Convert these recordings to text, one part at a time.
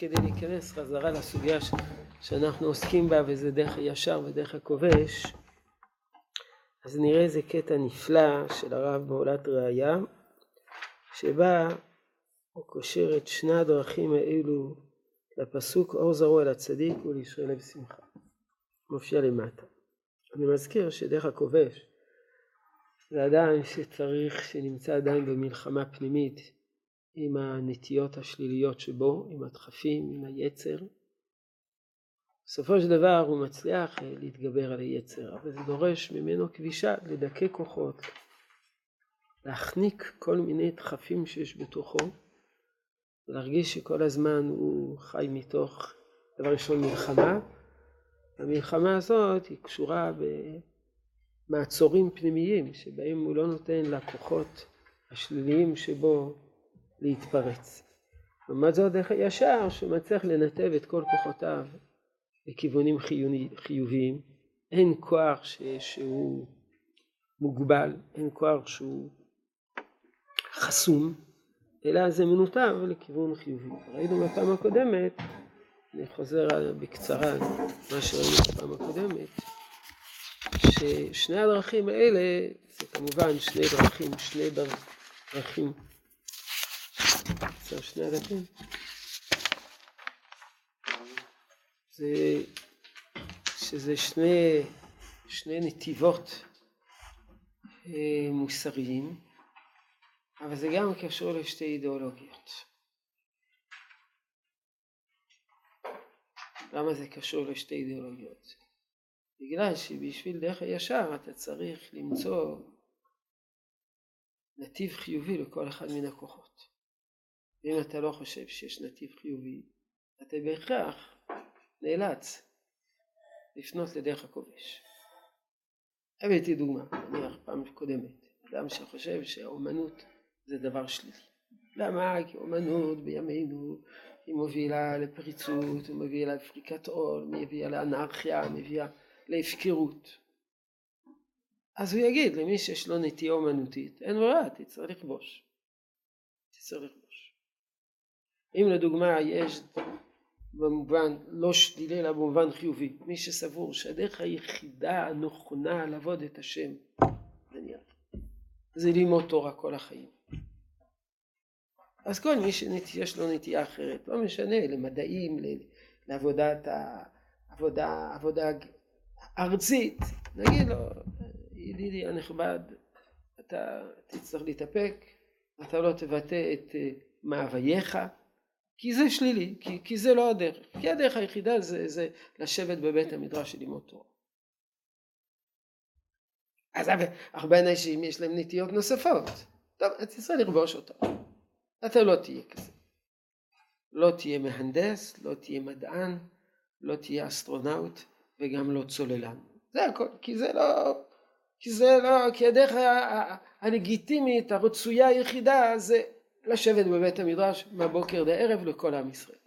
כדי להיכנס חזרה לסוגיה שאנחנו עוסקים בה, וזה דרך הישר ודרך הכובש, אז נראה איזה קטע נפלא של הרב מעולת ראיה, שבה הוא קושר את שני הדרכים האלו לפסוק אור זרוע לצדיק ולישראל בשמחה. מופיע למטה. אני מזכיר שדרך הכובש זה אדם שצריך, שנמצא עדיין במלחמה פנימית עם הנטיות השליליות שבו, עם הדחפים, עם היצר. בסופו של דבר הוא מצליח להתגבר על היצר, אבל זה דורש ממנו כבישה, לדכא כוחות, להחניק כל מיני דחפים שיש בתוכו, ולהרגיש שכל הזמן הוא חי מתוך דבר ראשון מלחמה. המלחמה הזאת היא קשורה במעצורים פנימיים, שבהם הוא לא נותן לכוחות השליליים שבו להתפרץ. לעומת זאת דרך הישר שמצליח לנתב את כל כוחותיו לכיוונים חיוביים. אין כוח שהוא מוגבל, אין כוח שהוא חסום, אלא זה מנותב לכיוון חיובי. ראינו בפעם הקודמת, אני חוזר בקצרה על מה שראינו בפעם הקודמת, ששני הדרכים האלה, זה כמובן שני דרכים, שני הדרכים, שזה שני נתיבות מוסריים, אבל זה גם קשור לשתי אידיאולוגיות. למה זה קשור לשתי אידיאולוגיות? בגלל שבשביל דרך הישר אתה צריך למצוא נתיב חיובי לכל אחד מן הכוחות. אם אתה לא חושב שיש נתיב חיובי, אתה בהכרח נאלץ לפנות לדרך הכובש. הבאתי דוגמה, נניח פעם קודמת, אדם שחושב שהאומנות זה דבר שלילי. למה? כי אומנות בימינו היא מובילה לפריצות, היא מובילה לפריקת עול, מביאה לאנרכיה, מביאה להפקרות. אז הוא יגיד למי שיש לו נטייה אומנותית, אין ברירה, תצטרך לכבוש. אם לדוגמה יש במובן לא שלילי אלא במובן חיובי, מי שסבור שהדרך היחידה הנכונה לעבוד את השם, נניח, זה ללמוד תורה כל החיים. אז כל מי שיש לו נטייה אחרת, לא משנה, למדעים, עבודה ארצית, נגיד לו, ידידי הנכבד, אתה תצטרך להתאפק, אתה לא תבטא את מאווייך, כי זה שלילי, כי זה לא הדרך. כי הדרך היחידה זה לשבת בבית המדרש ללמוד תורה. אז הרבה אנשים יש להם נטיות נוספות. טוב, אתה צריך לכבוש אותם. אתה לא תהיה כזה. לא תהיה מהנדס, לא תהיה מדען, לא תהיה אסטרונאוט, וגם לא צוללן. זה הכל, כי הדרך הלגיטימית, הרצויה היחידה, זה לשבת בבית המדרש מהבוקר עד הערב לכל עם ישראל.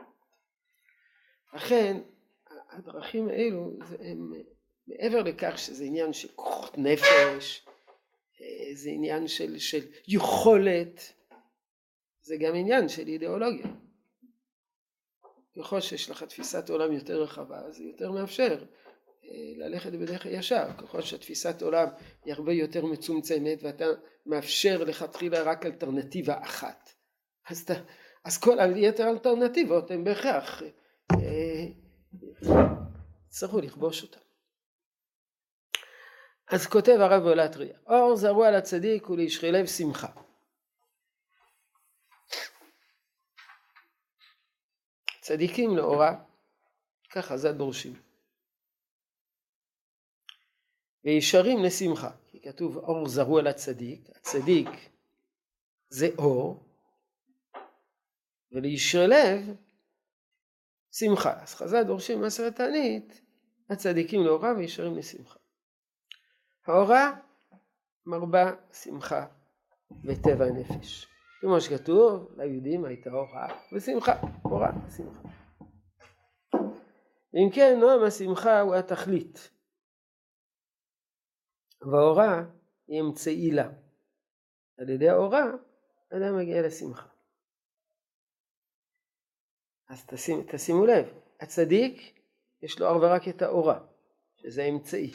לכן, הדרכים האלו, הם מעבר לכך שזה עניין של כוחות נפש, זה עניין של יכולת, זה גם עניין של אידיאולוגיה. ככל שיש לך תפיסת עולם יותר רחבה, זה יותר מאפשר ללכת בדרך הישר. ככל שהתפיסת עולם היא הרבה יותר מצומצמת, ואתה מאפשר לכתחילה רק אלטרנטיבה אחת. אז כל היתר אלטרנטיבות הם בהכרח צריכו לכבוש אותם. אז כותב הרב מעולת ראיה, אור זרוע לצדיק ולישרי לב שמחה. צדיקים לאורה, ככה זה דורשים. וישרים לשמחה, כי כתוב אור זרוע לצדיק, הצדיק זה אור, ולישרי לב שמחה. אז חז"ל דורשים מסר תענית, הצדיקים לאורה וישרים לשמחה. האורה מרבה שמחה וטבע הנפש. כמו שכתוב, ליהודים הייתה אורה ושמחה, אורה ושמחה. אם כן, נועם השמחה הוא התכלית. והאורה היא אמצעי לה. על ידי האורה, אדם מגיע לשמחה. אז תשימו לב, הצדיק יש לו רק את האורה, שזה האמצעי.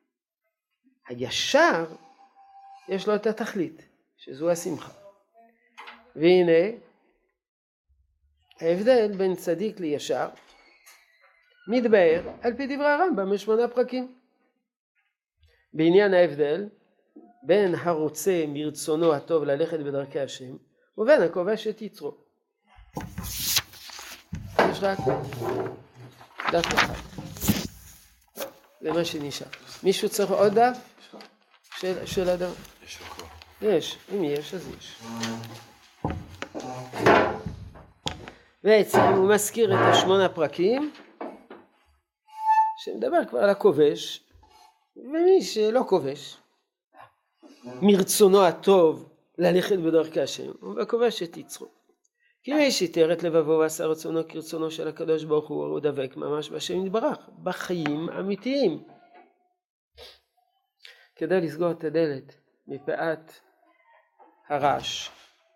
הישר יש לו את התכלית, שזו השמחה. והנה, ההבדל בין צדיק לישר מתבאר על פי דברי הרמב"ם ב8 פרקים. בעניין ההבדל בין הרוצה מרצונו הטוב ללכת בדרכי השם ובין הכובש את יצרו. יש רק דף אחד למה שנשאר. מישהו צריך עוד דף של אדם? יש, אם יש אז יש. בעצם הוא מזכיר את 8 פרקים שמדבר כבר על הכובש ומי שלא כובש מרצונו הטוב ללכת בדרכי השם וכובש את יצרו. כי מי שיתר את לבבו ועשה רצונו כרצונו של הקדוש ברוך הוא דבק ממש בשם יתברך בחיים אמיתיים. כדי לסגור את הדלת מפאת הרעש.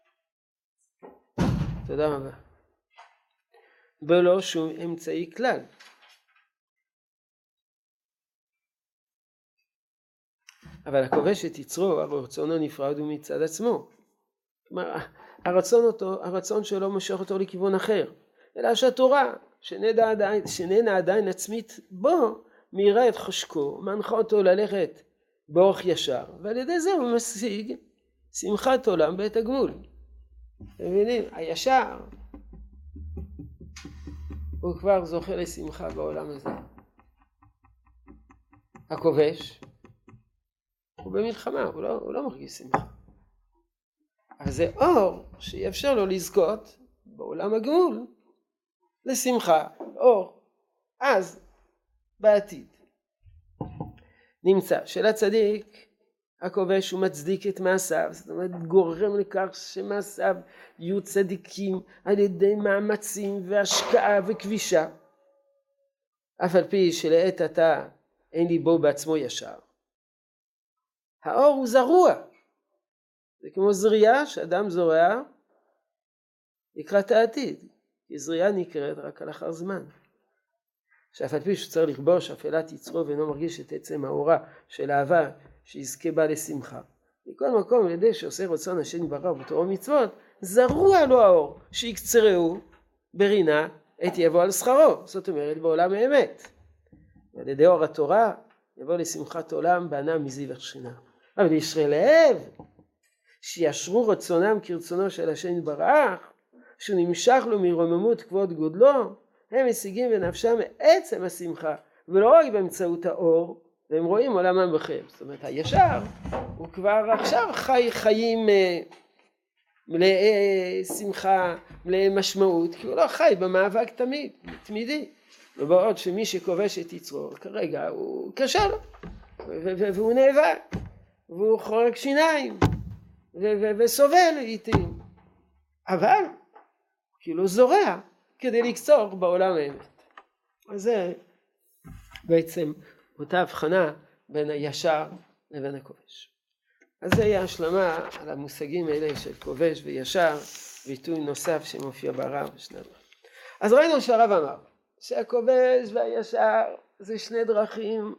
תודה רבה. בלא שום אמצעי כלל. אבל הכובש את יצרו, הרצונו נפרד הוא מצד עצמו. כלומר, הרצון שלו מושך אותו לכיוון אחר. אלא שהתורה, שננה עדיין עצמית בו, מאירה את חשקו, מנחה אותו ללכת באורח ישר, ועל ידי זה הוא משיג שמחת עולם בעת הגמול. אתם מבינים? הישר הוא כבר זוכה לשמחה בעולם הזה. הכובש הוא במלחמה, הוא לא מרגיש שמחה. אבל זה אור שיאפשר לו לזכות בעולם הגמול לשמחה, אור, אז בעתיד. נמצא שלצדיק הכובש הוא מצדיק את מעשיו, זאת אומרת גורם לכך שמעשיו יהיו צדיקים על ידי מאמצים והשקעה וכבישה. אף על פי שלעת עתה אין ליבו בעצמו ישר. האור הוא זרוע. זה כמו זריעה שאדם זורע לקראת העתיד. כי זריעה נקראת רק על אחר זמן. שאף על פי שצריך לכבוש אפלת יצרו ואינו מרגיש את עצם האורה של אהבה שיזכה בה לשמחה. מכל מקום, על ידי שעושה רצון השם יתברך בתורה ומצוות, זרוע לו האור שיקצרהו ברינה את יבוא על שכרו. זאת אומרת בעולם האמת. ועל ידי אור התורה יבוא לשמחת עולם בענה מזיו שכינה. אבל ישרי לב שישרו רצונם כרצונו של השם יתברך, שהוא נמשך לו מרוממות כבוד גודלו, הם משיגים בנפשם עצם השמחה, ולא רק באמצעות האור, והם רואים עולמם בכם. זאת אומרת, הישר הוא כבר עכשיו חי חיים מלאי שמחה, מלאי משמעות, כי הוא לא חי במאבק תמידי. ובעוד שמי שכובש את יצרו, כרגע הוא קשה לו, והוא נאבק, והוא חורק שיניים, וסובל לעתים. אבל, כאילו זורע, כדי לקצור בעולם האמת. אז זה בעצם אותה הבחנה בין הישר לבין הכובש. אז זה היה השלמה על המושגים האלה של כובש וישר, ביטוי נוסף שמופיע ברב בשני דרכים. אז ראינו שהרב אמר שהכובש והישר זה 2 דרכים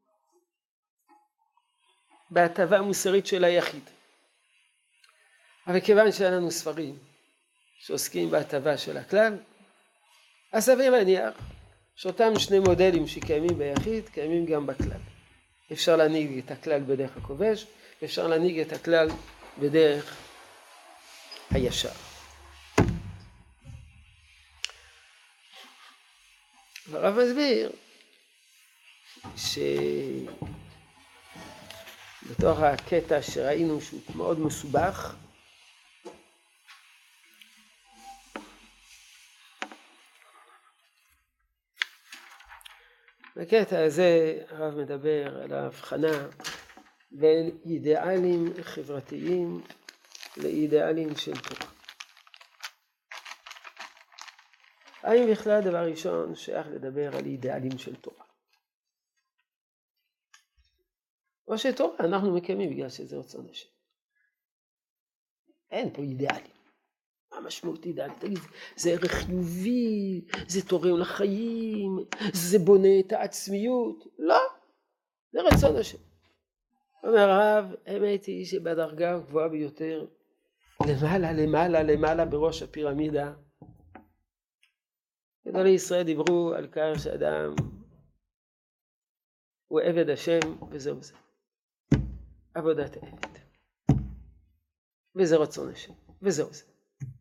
בהטבה מוסרית של היחיד. אבל כיוון שאין לנו ספרים שעוסקים בהטבה של הכלל, אז סביר להניח שאותם 2 מודלים שקיימים ביחיד קיימים גם בכלל. אפשר להנהיג את הכלל בדרך הכובש, ואפשר להנהיג את הכלל בדרך הישר. והרב מסביר שבתוך הקטע שראינו שהוא מאוד מסובך, בקטע הזה הרב מדבר על ההבחנה בין אידיאלים חברתיים לאידיאלים של תורה. האם בכלל דבר ראשון שייך לדבר על אידיאלים של תורה? או שתורה אנחנו מקיימים בגלל שזה רצון השם. אין פה אידיאלים. המשמעות אידיאלית? תגיד, זה ערך חיובי, זה תורם לחיים, זה בונה את העצמיות? לא, זה רצון השם. אומר הרב, האמת היא שבדרגה הגבוהה ביותר, למעלה בראש הפירמידה, גדולי ישראל דיברו על כך שאדם הוא עבד השם, וזהו זה. עבודת העבד. וזה רצון השם, וזהו זה.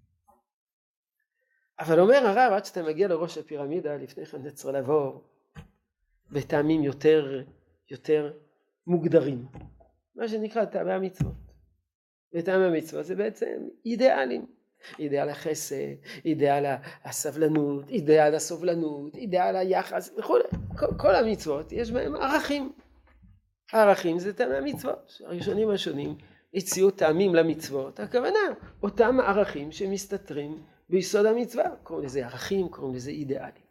אבל אומר הרב, עד שאתה מגיע לראש הפירמידה, לפני כן צריך לעבור בטעמים יותר מוגדרים. מה שנקרא טעמי המצוות. וטעמי המצוות זה בעצם אידיאלים. אידיאל החסד, אידיאל הסבלנות, אידיאל הסובלנות, אידיאל היחס וכו'. כל המצוות יש בהם ערכים. הערכים זה טעמי המצוות. הראשונים השונים הציעו טעמים למצוות. הכוונה, אותם ערכים שמסתתרים ביסוד המצווה. קוראים לזה ערכים, קוראים לזה אידיאלים.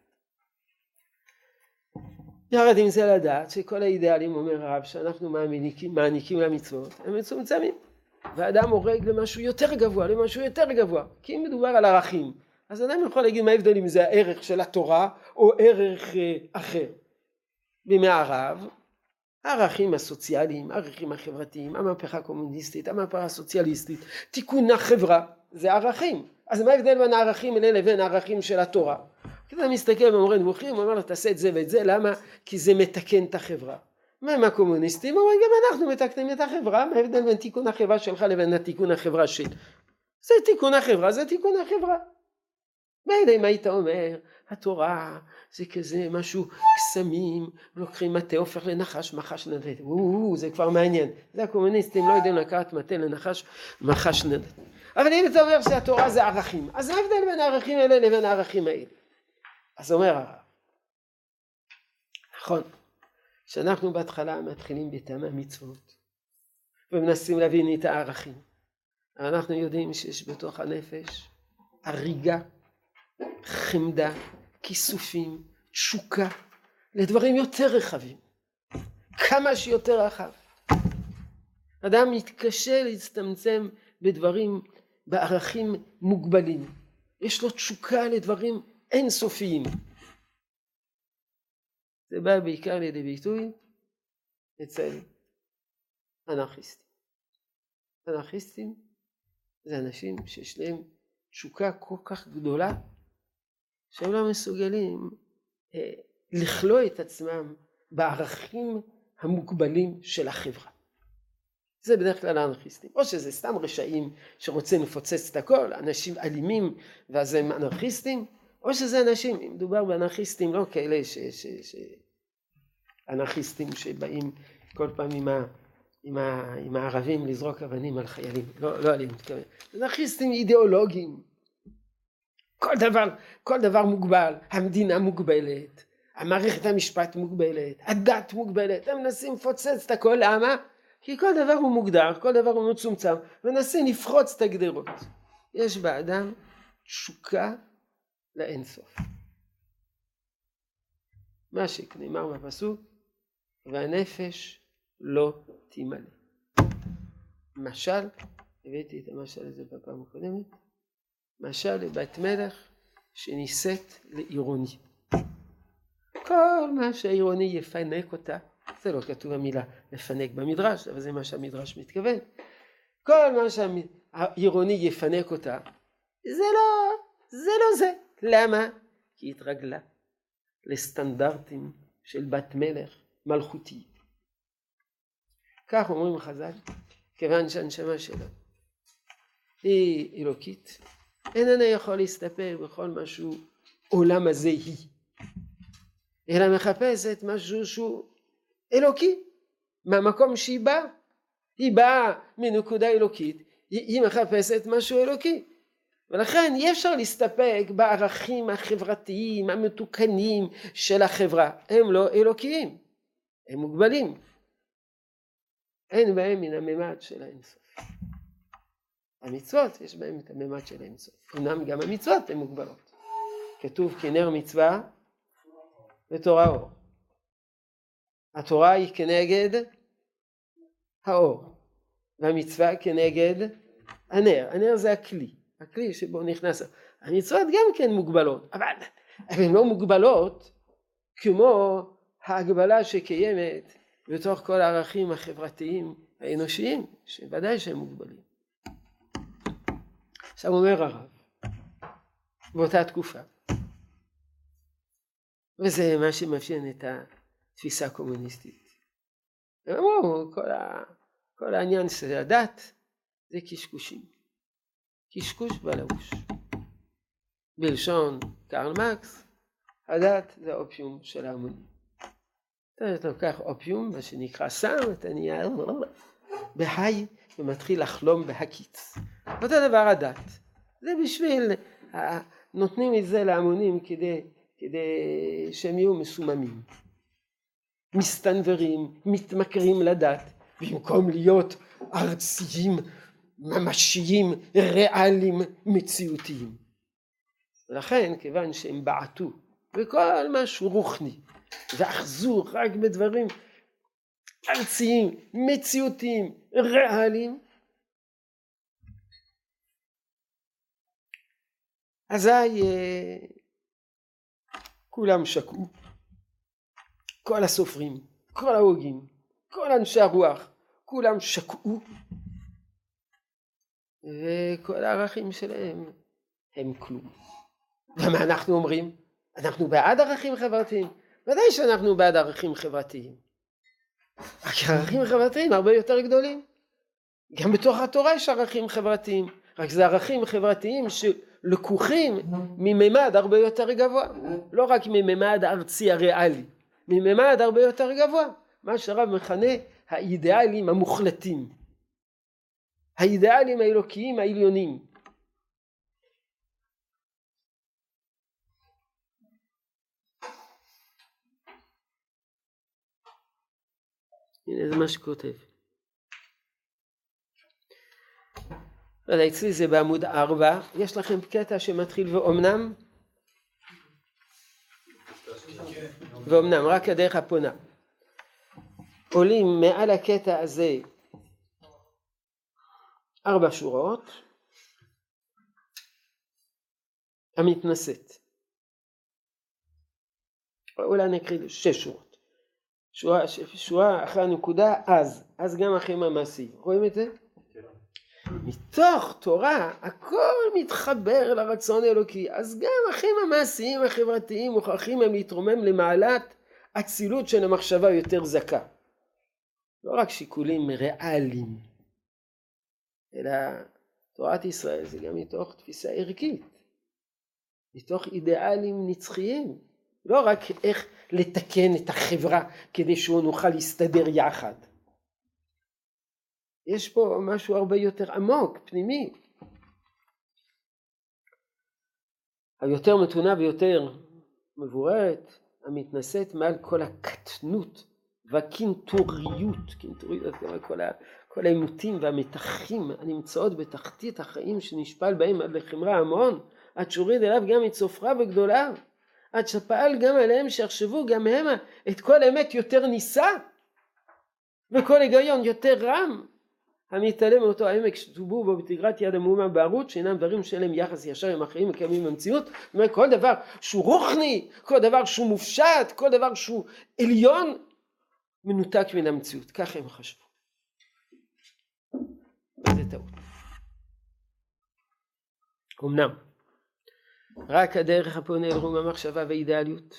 יחד עם זה לדעת שכל האידיאלים, אומר הרב, שאנחנו מעניקים למצוות, הם מצומצמים. והאדם הורג למשהו יותר גבוה, כי אם מדובר על ערכים, אז אדם יכול להגיד מה ההבדל אם זה הערך של התורה או ערך אחר. בימי הרב, הערכים הסוציאליים, הערכים החברתיים, המהפכה הקומוניסטית, המהפכה הסוציאליסטית, תיקון החברה, זה ערכים. אז מה ההבדל בין הערכים האלה לבין הערכים של התורה? כשאתה מסתכל במורה נבוכים, הוא אומר לו תעשה את זה ואת זה, למה? כי זה מתקן את החברה. מה עם הקומוניסטים? אומרים גם אנחנו מתקנים את החברה, מה ההבדל בין תיקון החברה שלך לבין התיקון החברה של? זה תיקון החברה. מילא אם היית אומר, התורה זה כזה משהו קסמים, לוקחים מטה הופך לנחש, מחש נדלת. זה כבר מעניין. זה הקומוניסטים לא יודעים לקחת מטה לנחש, מחש נדלת. אבל אם אתה אומר שהתורה זה ערכים, אז מה ההבדל בין הערכים האלה לבין הערכים האלה? אז אומר הרב, נכון, שאנחנו בהתחלה מתחילים בטעמי המצוות, ומנסים להבין את הערכים. אנחנו יודעים שיש בתוך הנפש הריגה, חמדה, כיסופים, תשוקה, לדברים יותר רחבים. כמה שיותר רחב. אדם מתקשה להצטמצם בדברים, בערכים מוגבלים. יש לו תשוקה לדברים אינסופיים. זה בא בעיקר לידי ביטוי אצל אנרכיסטים. אנרכיסטים זה אנשים שיש להם תשוקה כל כך גדולה, שהם לא מסוגלים לכלוא את עצמם בערכים המוגבלים של החברה. זה בדרך כלל האנרכיסטים. או שזה סתם רשעים שרוצים לפוצץ את הכל, אנשים אלימים ואז הם אנרכיסטים, או שזה אנשים, אם מדובר באנרכיסטים, לא כאלה אנרכיסטים שבאים כל פעם עם הערבים לזרוק אבנים על חיילים, לא עליהם מתכוון. אנרכיסטים אידיאולוגיים. כל דבר מוגבל, המדינה מוגבלת, המערכת המשפט מוגבלת, הדת מוגבלת, הם מנסים לפוצץ את הכל, למה? כי כל דבר הוא מוגדר, כל דבר הוא מצומצם, מנסים לפרוץ את הגדרות. יש באדם תשוקה לאינסוף. מה שנאמר בפסוק, והנפש לא תימלא. משל, הבאתי את המשל הזה בפעם הקודמת, משל לבת מלך שנישאת לעירוני. כל מה שהעירוני יפנק אותה, זה לא כתוב המילה לפנק במדרש, אבל זה מה שהמדרש מתכוון. כל מה שהעירוני יפנק אותה, זה לא זה. למה? כי היא התרגלה לסטנדרטים של בת מלך מלכותי. כך אומרים חז"ל, כיוון שהנשמה שלה היא אלוקית, איננה יכול להסתפק בכל משהו עולם הזה היא, אלא מחפשת משהו שהוא אלוקי, מהמקום שהיא באה. היא באה מנקודה אלוקית, היא מחפשת משהו אלוקי. ולכן אי אפשר להסתפק בערכים החברתיים המתוקנים של החברה. הם לא אלוקיים, הם מוגבלים. אין בהם מן הממד של האינסוף. המצוות יש בהם את הממד של האינסוף. אומנם גם המצוות הן מוגבלות. כתוב כי נר מצווה ותורה אור. התורה היא כנגד האור, והמצווה כנגד הנר. הנר זה הכלי. הכלי שבו נכנס. המצוות גם כן מוגבלות, אבל הן לא מוגבלות כמו ההגבלה שקיימת בתוך כל הערכים החברתיים האנושיים, שוודאי שהם מוגבלים. עכשיו אומר הרב, באותה תקופה, וזה מה שמאפיין את התפיסה הקומוניסטית. הם אמרו, כל העניין של הדת זה קשקושים. קשקוש בלבוש. בלשון קרל מקס, הדת זה האופיום של ההמונים. אתה לוקח אופיום, מה שנקרא סם, אתה נהיה בהי ומתחיל לחלום בהקיץ. אותו דבר הדת. זה בשביל, נותנים את זה להמונים כדי שהם יהיו מסוממים. מסתנברים, מתמכרים לדת, במקום להיות ארציים, ממשיים, ריאליים, מציאותיים. ולכן, כיוון שהם בעטו בכל משהו רוחני, ואחזו רק בדברים ארציים, מציאותיים, ריאליים, אזי כולם שקעו, כל הסופרים, כל ההוגים, כל אנשי הרוח, כולם שקעו, וכל הערכים שלהם הם כלום. ומה אנחנו אומרים? אנחנו בעד ערכים חברתיים? ודאי שאנחנו בעד ערכים חברתיים. ערכים חברתיים הרבה יותר גדולים. גם בתוך התורה יש ערכים חברתיים, רק זה ערכים חברתיים שלקוחים מממד הרבה יותר גבוה, לא רק מממד הארצי הריאלי, מממד הרבה יותר גבוה, מה שהרב מכנה האידיאלים המוחלטים, האידיאלים האלוקיים העליונים. הנה זה מה שכותב. אצלי זה בעמוד 4, יש לכם קטע שמתחיל ואומנם? ואומנם, רק הדרך הפונה. עולים מעל הקטע הזה 4 שורות, המתנשאת. אולי נקריא 6 שורות. שורה אחרי הנקודה, אז גם אחרי המעשים. רואים את זה? מתוך תורה הכל מתחבר לרצון האלוקי, אז גם אחים המעשיים החברתיים מוכרחים הם להתרומם למעלת אצילות של המחשבה יותר זכה. לא רק שיקולים ריאליים, אלא תורת ישראל זה גם מתוך תפיסה ערכית, מתוך אידיאלים נצחיים, לא רק איך לתקן את החברה כדי שהוא נוכל להסתדר יחד. יש פה משהו הרבה יותר עמוק, פנימי. היותר מתונה ויותר מבוררת, המתנשאת מעל כל הקטנות והקינטוריות, כל העימותים והמתחים הנמצאות בתחתית החיים שנשפל בהם עד לחמרה המון, עד שהוריד אליו גם את סופרה וגדולה, עד שפעל גם עליהם שיחשבו גם הם את כל אמת יותר ניסה, וכל היגיון יותר רם, המתעלם מאותו העמק שטובו בו בתגרת יד המאומה בערות, שאינם דברים שאין להם יחס ישר עם החיים הקיימים במציאות. זאת אומרת, כל דבר שהוא רוחני, כל דבר שהוא מופשט, כל דבר שהוא עליון, מנותק מן המציאות. ככה הם חשבו. וזה טעות. אמנם, רק הדרך הפונה אל רום המחשבה והאידיאליות.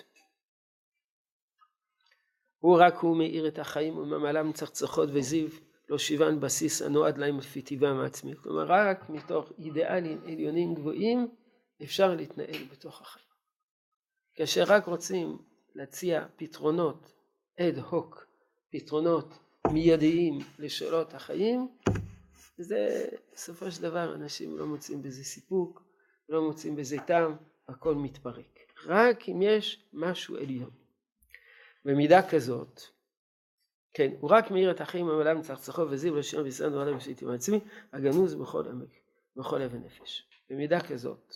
הוא מאיר את החיים וממלאם צחצחות וזיו, לא שיוון בסיס הנועד להם לפי טבעם העצמי. כלומר, רק מתוך אידיאלים עליונים גבוהים אפשר להתנהל בתוך החיים. כאשר רק רוצים להציע פתרונות אד הוק, פתרונות מיידיים לשאלות החיים, זה בסופו של דבר אנשים לא מוצאים בזה סיפוק, לא מוצאים בזה טעם, הכל מתפרק. רק אם יש משהו עליון. במידה כזאת, כן, הוא רק מאיר את החיים המלאם צחצחו וזיו לשם ויסעד ועולם שהייתי מעצמי, הגנוז בכל עמק, בכל אבן נפש. במידה כזאת,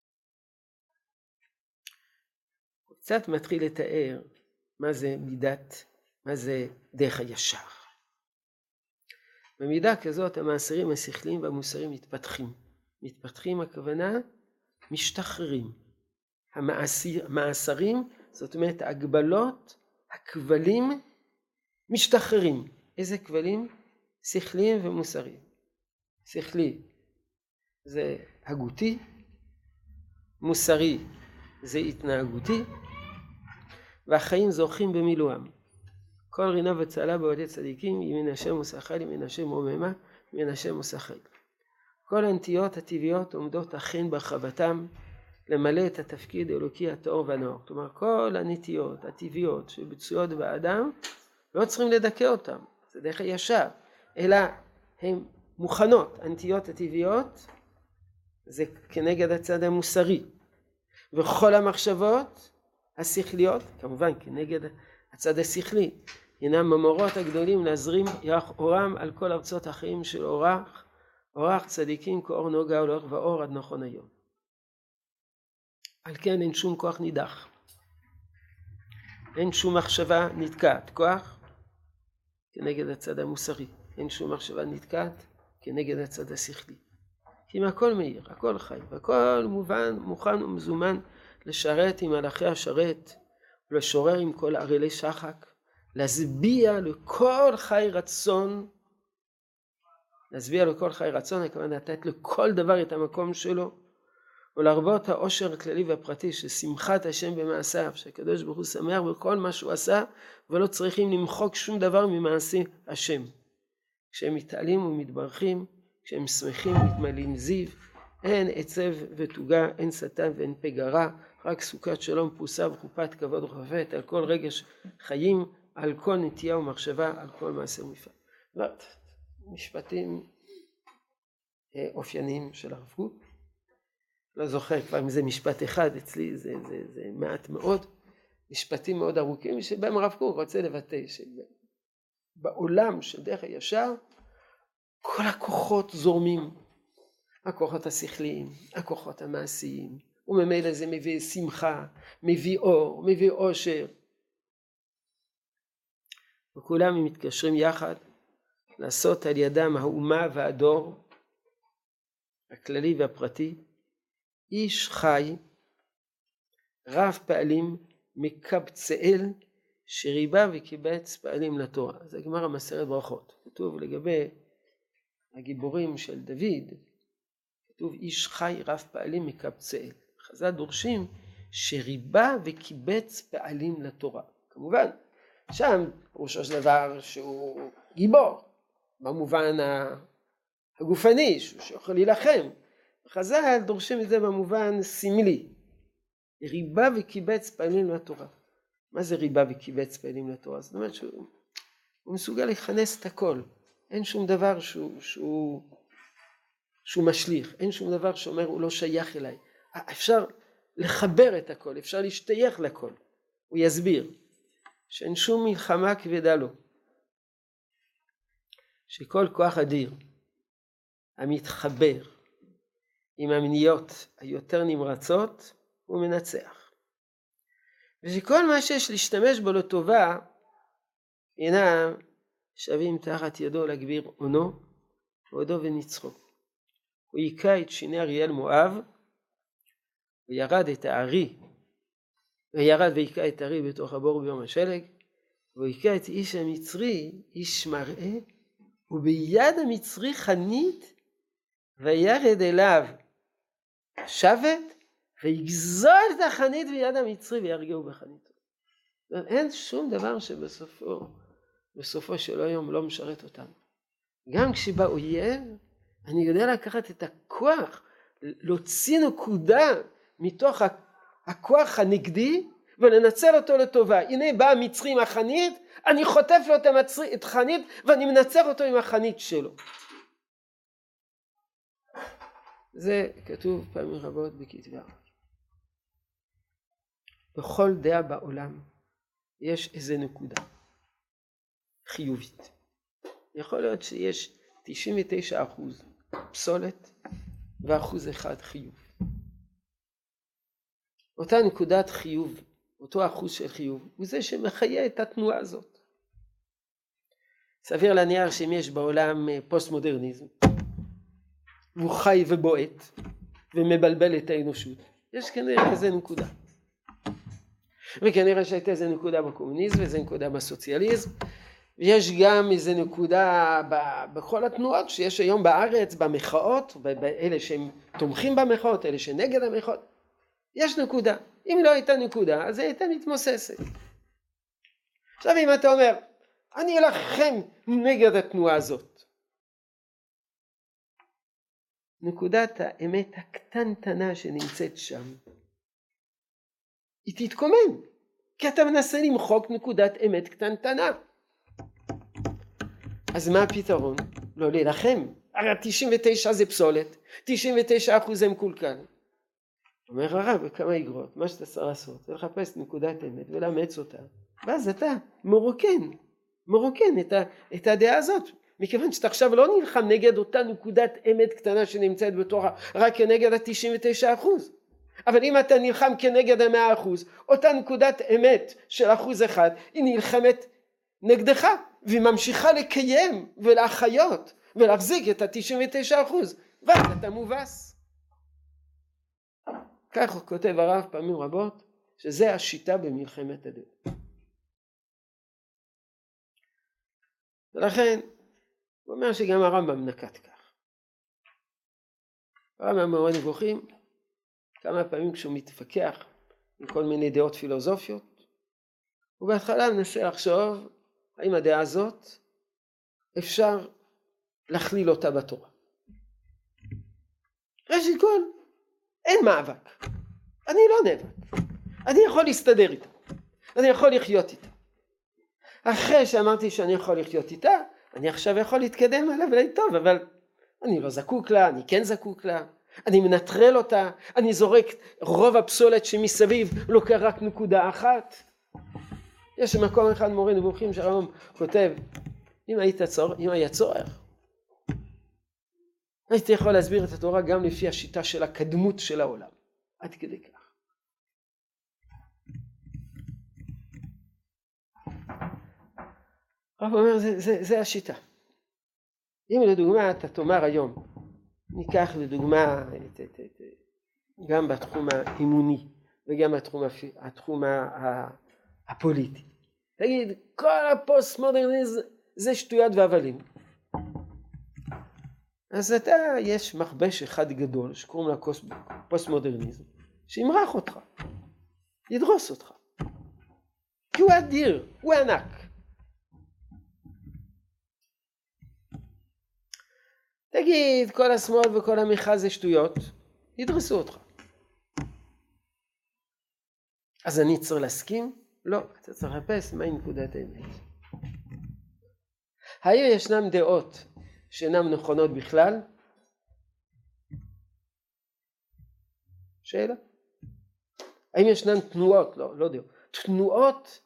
הוא קצת מתחיל לתאר מה זה מידת, מה זה דרך הישר. במידה כזאת המעשרים השכליים והמוסריים מתפתחים, מתפתחים הכוונה משתחררים. המאסרים, זאת אומרת ההגבלות, הכבלים משתחררים. איזה כבלים? שכליים ומוסריים. שכלי זה הגותי, מוסרי זה התנהגותי, והחיים זוכים במילואם. כל רינה וצלה בעודי צדיקים, ימין השם מוסחל, ימין השם רוממה, ימין השם מוסחל. כל הנטיות הטבעיות עומדות אכן בחבתם למלא את התפקיד האלוקי הטהור והנאור. כלומר, כל הנטיות הטבעיות שבצויות באדם, לא צריכים לדכא אותם, זה דרך הישר, אלא הן מוכנות. הנטיות הטבעיות זה כנגד הצד המוסרי, וכל המחשבות השכליות, כמובן כנגד הצד השכלי, הינם המורות הגדולים להזרים אורם על כל ארצות החיים של אורח צדיקים כאור נוגה הולך ואור עד נכון היום. על כן אין שום כוח נידח, אין שום מחשבה נתקעת. כוח כנגד הצד המוסרי, אין שום מחשבה נתקעת כנגד הצד השכלי. כי אם הכל מאיר, הכל חי, והכל מובן, מוכן ומזומן לשרת עם מלאכי השרת, ולשורר עם כל ערלי שחק, להשביע לכל חי רצון, הכוונה לתת לכל דבר את המקום שלו, ולהרבות העושר הכללי והפרטי של שמחת השם במעשיו, שהקדוש ברוך הוא שמח בכל מה שהוא עשה, ולא צריכים למחוק שום דבר ממעשה השם. כשהם מתעלים ומתברכים, כשהם שמחים ומתמלאים זיו, אין עצב ותוגה, אין שטן ואין פגרה, רק סוכת שלום פרוסה וחופת כבוד וחפת על כל רגש חיים, על כל נטייה ומחשבה, על כל מעשה ומפעל. משפטים אופייניים של הרב קוק. לא זוכר כבר אם זה משפט אחד, אצלי זה מעט מאוד. משפטים מאוד ארוכים שבהם הרב קוק רוצה לבטא שבעולם של דרך הישר כל הכוחות זורמים. הכוחות השכליים, הכוחות המעשיים, וממילא זה מביא שמחה, מביא אור, מביא עושר. וכולם הם מתקשרים יחד לעשות על ידם האומה והדור, הכללי והפרטי, איש חי, רב פעלים, מקבצאל, שריבה וקיבץ פעלים לתורה. זה גמר המסכת ברכות. כתוב לגבי הגיבורים של דוד, כתוב איש חי רב פעלים מקבצאל. חז"ל דורשים שריבה וקיבץ פעלים לתורה. כמובן, שם פירושו של דבר שהוא גיבור, במובן הגופני, שהוא שיכול להילחם. חז"ל דורשים את זה במובן סמלי. ריבה וקיבץ פעלים לתורה. מה זה ריבה וקיבץ פעלים לתורה? זאת אומרת שהוא מסוגל לכנס את הכל. אין שום דבר שהוא משליך, אין שום דבר שאומר הוא לא שייך אליי. אפשר לחבר את הכל, אפשר להשתייך לכל. הוא יסביר שאין שום מלחמה כבדה לו. שכל כוח אדיר המתחבר עם המניות היותר נמרצות הוא מנצח. ושכל מה שיש להשתמש בו לטובה אינם שווים תחת ידו להגביר עונו ועודו ונצחו. הוא היכה את שיני אריאל מואב, וירד את הארי, וירד והיכה את הארי בתוך הבור ביום השלג, והיכה את איש המצרי, איש מראה, וביד המצרי חנית, וירד אליו שבט, ויגזול את החנית ביד המצרי וירגעו בחניתו. אין שום דבר שבסופו של היום לא משרת אותנו. גם כשבא אויב, אני יודע לקחת את הכוח, להוציא נקודה מתוך הכוח הנגדי, ולנצל אותו לטובה. הנה בא המצרי עם החנית, אני חוטף לו את החנית, ואני מנצח אותו עם החנית שלו. זה כתוב פעמים רבות בכתבי הרב. בכל דעה בעולם יש איזה נקודה חיובית. יכול להיות שיש 99% פסולת ו1% חיוב. אותה נקודת חיוב, אותו אחוז של חיוב, הוא זה שמחיה את התנועה הזאת. סביר להניח שאם יש בעולם פוסט מודרניזם, והוא חי ובועט ומבלבל את האנושות. יש כנראה איזה נקודה. וכנראה שהייתה איזה נקודה בקומוניזם ואיזה נקודה בסוציאליזם. ויש גם איזה נקודה בכל התנועות שיש היום בארץ, במחאות, אלה שהם תומכים במחאות, אלה שנגד המחאות. יש נקודה. אם לא הייתה נקודה, אז היא הייתה מתמוססת. עכשיו אם אתה אומר, אני אלחם נגד התנועה הזאת. נקודת האמת הקטנטנה שנמצאת שם, היא תתקומם, כי אתה מנסה למחוק נקודת אמת קטנטנה. אז מה הפתרון? לא להילחם. הרי 99 זה פסולת, 99% זה מקולקל. אומר הרב בכמה אגרות, מה שאתה צריך לעשות, זה לחפש נקודת אמת ולאמץ אותה. ואז אתה מרוקן את הדעה הזאת. מכיוון שאתה עכשיו לא נלחם נגד אותה נקודת אמת קטנה שנמצאת בתורה, רק כנגד ה-99%. אבל אם אתה נלחם כנגד ה-100%, אותה נקודת אמת של 1% היא נלחמת נגדך, והיא ממשיכה לקיים ולהחיות ולהחזיק את ה-99%. ואז אתה מובס. כך הוא כותב הרב פעמים רבות, שזה השיטה במלחמת הדעות. ולכן, הוא אומר שגם הרמב"ם נקט כך. הרמב"ם במורה נבוכים, כמה פעמים כשהוא מתווכח עם כל מיני דעות פילוסופיות, הוא בהתחלה מנסה לחשוב האם הדעה הזאת אפשר להכליל אותה בתורה. ראשית כל, אין מאבק. אני לא נאבק. אני יכול להסתדר איתה. אני יכול לחיות איתה. אחרי שאמרתי שאני יכול לחיות איתה, אני עכשיו יכול להתקדם עליה ולהגיד טוב, אבל אני לא זקוק לה, אני כן זקוק לה, אני מנטרל אותה, אני זורק רוב הפסולת שמסביב, לוקח רק נקודה אחת. יש מקום אחד מורה נבוכים שהרמב"ם כותב, אם היה צורך, הייתי יכול להסביר את התורה גם לפי השיטה של הקדמות של העולם. עד כדי כך. הרב אומר, זה השיטה. אם לדוגמה אתה תאמר היום, ניקח לדוגמה גם בתחום האימוני וגם בתחום הפוליטי. תגיד, כל הפוסט-מודרניזם זה שטויות והבלים. אז יש מכבש אחד גדול שקוראים לה פוסט-מודרניזם, שימרח אותך, ידרוס אותך. כי הוא אדיר, הוא ענק. תגיד, כל השמאל וכל המחאה זה שטויות, ידרסו אותך. אז אני צריך להסכים? לא, אתה צריך לחפש מהי נקודת האמת. האם ישנם דעות שאינן נכונות בכלל? שאלה. האם ישנן תנועות? לא דעות. תנועות,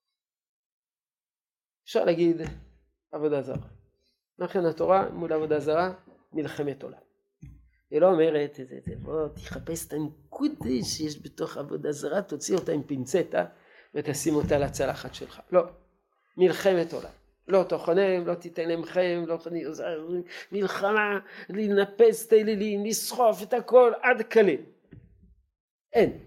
אפשר להגיד, עבודה זרה. לכן התורה מול עבודה זרה, מלחמת עולם. היא לא אומרת, בוא תחפש את הנקודה שיש בתוך עבודה זרה, תוציא אותה עם פינצטה ותשים אותה לצלחת שלך. לא, מלחמת עולם. לא תאכלם, לא תיתן להם חיים, לא מלחמה, לנפץ את האלילים, לסחוף את הכל עד כלים. אין.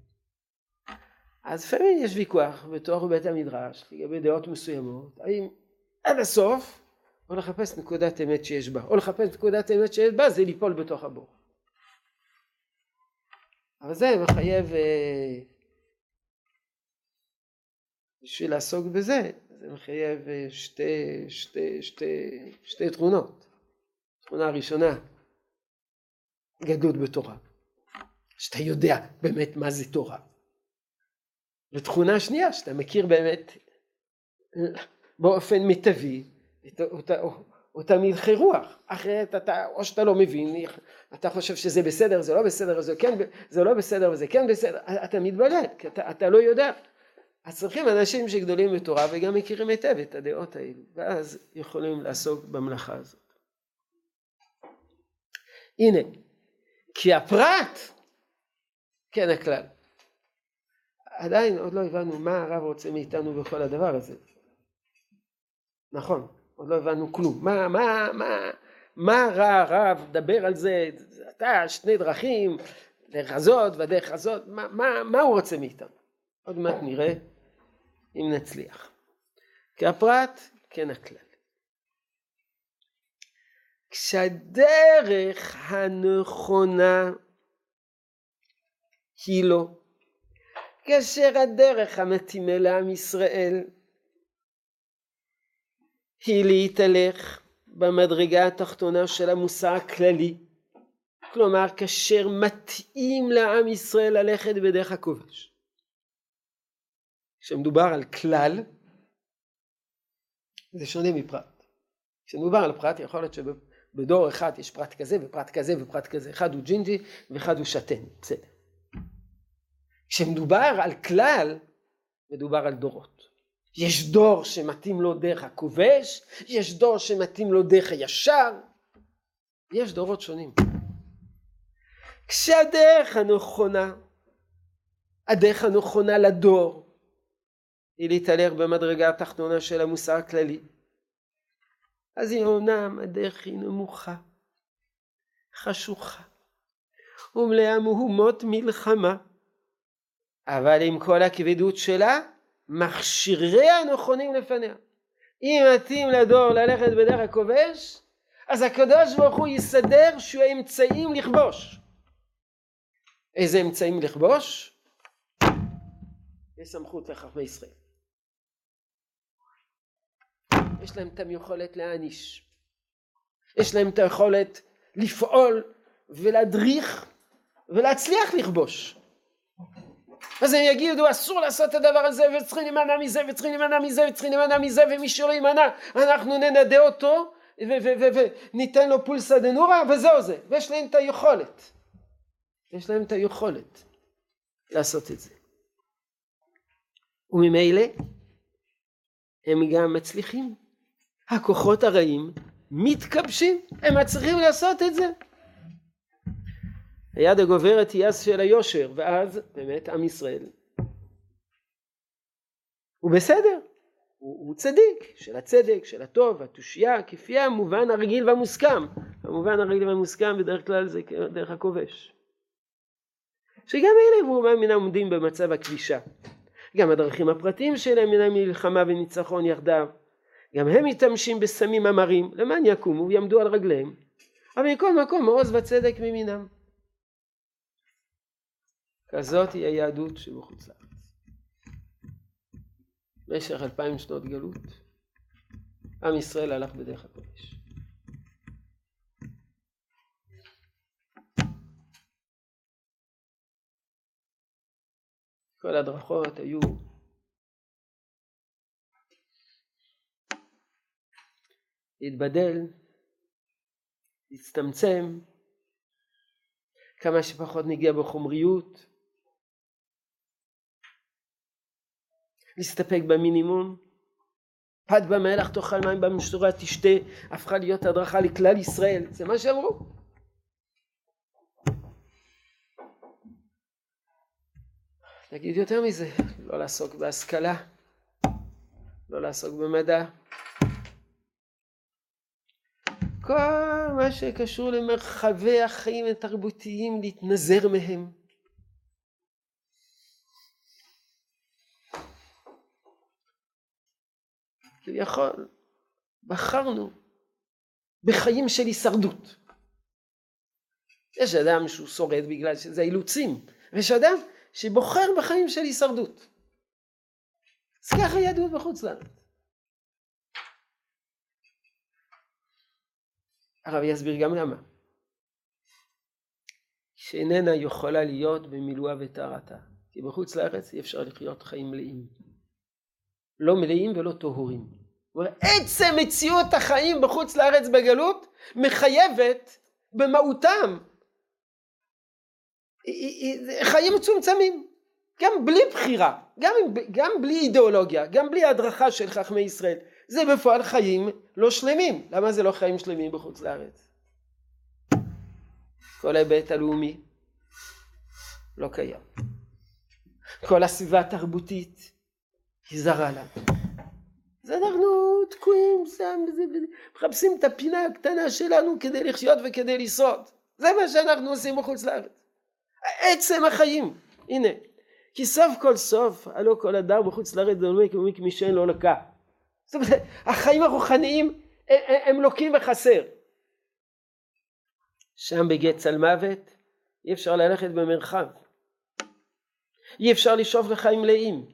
אז לפעמים יש ויכוח בתוך בית המדרש, לגבי דעות מסוימות, האם עד הסוף, או לחפש נקודת אמת שיש בה, או לחפש נקודת אמת שיש בה, זה ליפול בתוך הבור. אבל זה מחייב, בשביל לעסוק בזה, זה מחייב שתי תכונות. תכונה הראשונה, גדלות בתורה. שאתה יודע באמת מה זה תורה. ותכונה שנייה, שאתה מכיר באמת באופן מיטבי, אותה מלכי רוח. אחרת או שאתה לא מבין, אתה חושב שזה בסדר, זה לא בסדר, זה לא בסדר וזה כן בסדר, אתה מתבלט, כי אתה לא יודע. אז צריכים אנשים שגדולים בתורה וגם מכירים היטב את הדעות האלה, ואז יכולים לעסוק במלאכה הזאת. הנה, כי הפרט כן הכלל. עדיין עוד לא הבנו מה הרב רוצה מאיתנו בכל הדבר הזה. נכון, עוד לא הבנו כלום. מה רע הרב, דבר על זה, אתה שני דרכים, דרך הזאת ודרך הזאת, מה הוא רוצה מאיתנו? עוד מעט נראה אם נצליח. כהפרט, כן הכלל. כשהדרך הנכונה היא לא, כאשר הדרך המתאימה לעם ישראל היא להתהלך במדרגה התחתונה של המוסר הכללי, כלומר כאשר מתאים לעם ישראל ללכת בדרך הכובש. כשמדובר על כלל זה שונה מפרט. כשמדובר על פרט יכול להיות שבדור אחד יש פרט כזה ופרט כזה ופרט כזה, אחד הוא ג'ינג'י ואחד הוא שתן, בסדר. כשמדובר על כלל מדובר על דורות. יש דור שמתאים לו דרך הכובש, יש דור שמתאים לו דרך הישר, יש דורות שונים. כשהדרך הנכונה לדור היא להתהלך במדרגה התחתונה של המוסר הכללי, אז היא אומנם הדרך היא נמוכה, חשוכה ומלאה מהומות מלחמה, אבל עם כל הכבדות שלה מכשיריה הנכונים לפניה. אם מתאים לדור ללכת בדרך הכובש, אז הקדוש ברוך הוא יסדר שהוא האמצעים לכבוש. איזה אמצעים לכבוש? יש סמכות לחכמי ישראל. יש להם את היכולת להעניש. יש להם את היכולת לפעול ולהדריך ולהצליח לכבוש. אז הם יגידו אסור לעשות את הדבר הזה וצריכים להימנע מזה וצריכים להימנע מזה וצריכים להימנע מזה, ומי שלא יימנע אנחנו ננדה אותו וניתן לו פולסא דנורא וזהו זה. ויש להם את היכולת. יש להם את היכולת לעשות את זה. וממילא הם גם מצליחים. הכוחות הרעים מתכבשים, הם מצליחים לעשות את זה. היד הגוברת היא יד של היושר, ואז באמת עם ישראל הוא בסדר, הוא צדיק, של הצדק, של הטוב, התושייה, כפי המובן הרגיל והמוסכם. המובן הרגיל והמוסכם בדרך כלל זה דרך הכובש. שגם אלה רובם מן העומדים במצב הכבישה. גם הדרכים הפרטיים שלהם מנהם מלחמה וניצחון יחדיו. גם הם מתאמשים בסמים אמרים, למען יקומו ויעמדו על רגליהם. אבל מכל מקום מעוז וצדק ממינם. כזאת היא היהדות שבחוץ לארץ. במשך 2000 שנות גלות, עם ישראל הלך בדרך הקודש. כל הדרכות היו להתבדל, להצטמצם, כמה שפחות נגיע בחומריות, להסתפק במינימום. פת במלח תאכל מים במשורה תשתה, הפכה להיות הדרכה לכלל ישראל. זה מה שאמרו. נגיד יותר מזה, לא לעסוק בהשכלה, לא לעסוק במדע. כל מה שקשור למרחבי החיים התרבותיים להתנזר מהם. כביכול בחרנו בחיים של הישרדות. יש אדם שהוא שורד בגלל שזה אילוצים, ויש אדם שבוחר בחיים של הישרדות. אז ככה יהדות בחוץ לארץ. הרב יסביר גם למה. שאיננה יכולה להיות במילואה וטהרתה. כי בחוץ לארץ אי אפשר לחיות חיים מלאים. לא מלאים ולא טהורים. עצם מציאות החיים בחוץ לארץ בגלות מחייבת במהותם חיים מצומצמים. גם בלי בחירה, גם בלי אידיאולוגיה, גם בלי הדרכה של חכמי ישראל. זה בפועל חיים לא שלמים. למה זה לא חיים שלמים בחוץ לארץ? כל ההיבט הלאומי לא קיים. כל הסביבה התרבותית היא זרה לה. אז אנחנו תקועים, מחפשים את הפינה הקטנה שלנו כדי לחיות וכדי לשרוד. זה מה שאנחנו עושים בחוץ לארץ. עצם החיים, הנה, כי סוף כל סוף, הלא כל אדם בחוץ לארץ דומה כמי שאין לו לקה. זאת אומרת, החיים הרוחניים הם לוקים וחסר. שם בגט צל מוות אי אפשר ללכת במרחב, אי אפשר לשאוף לחיים מלאים,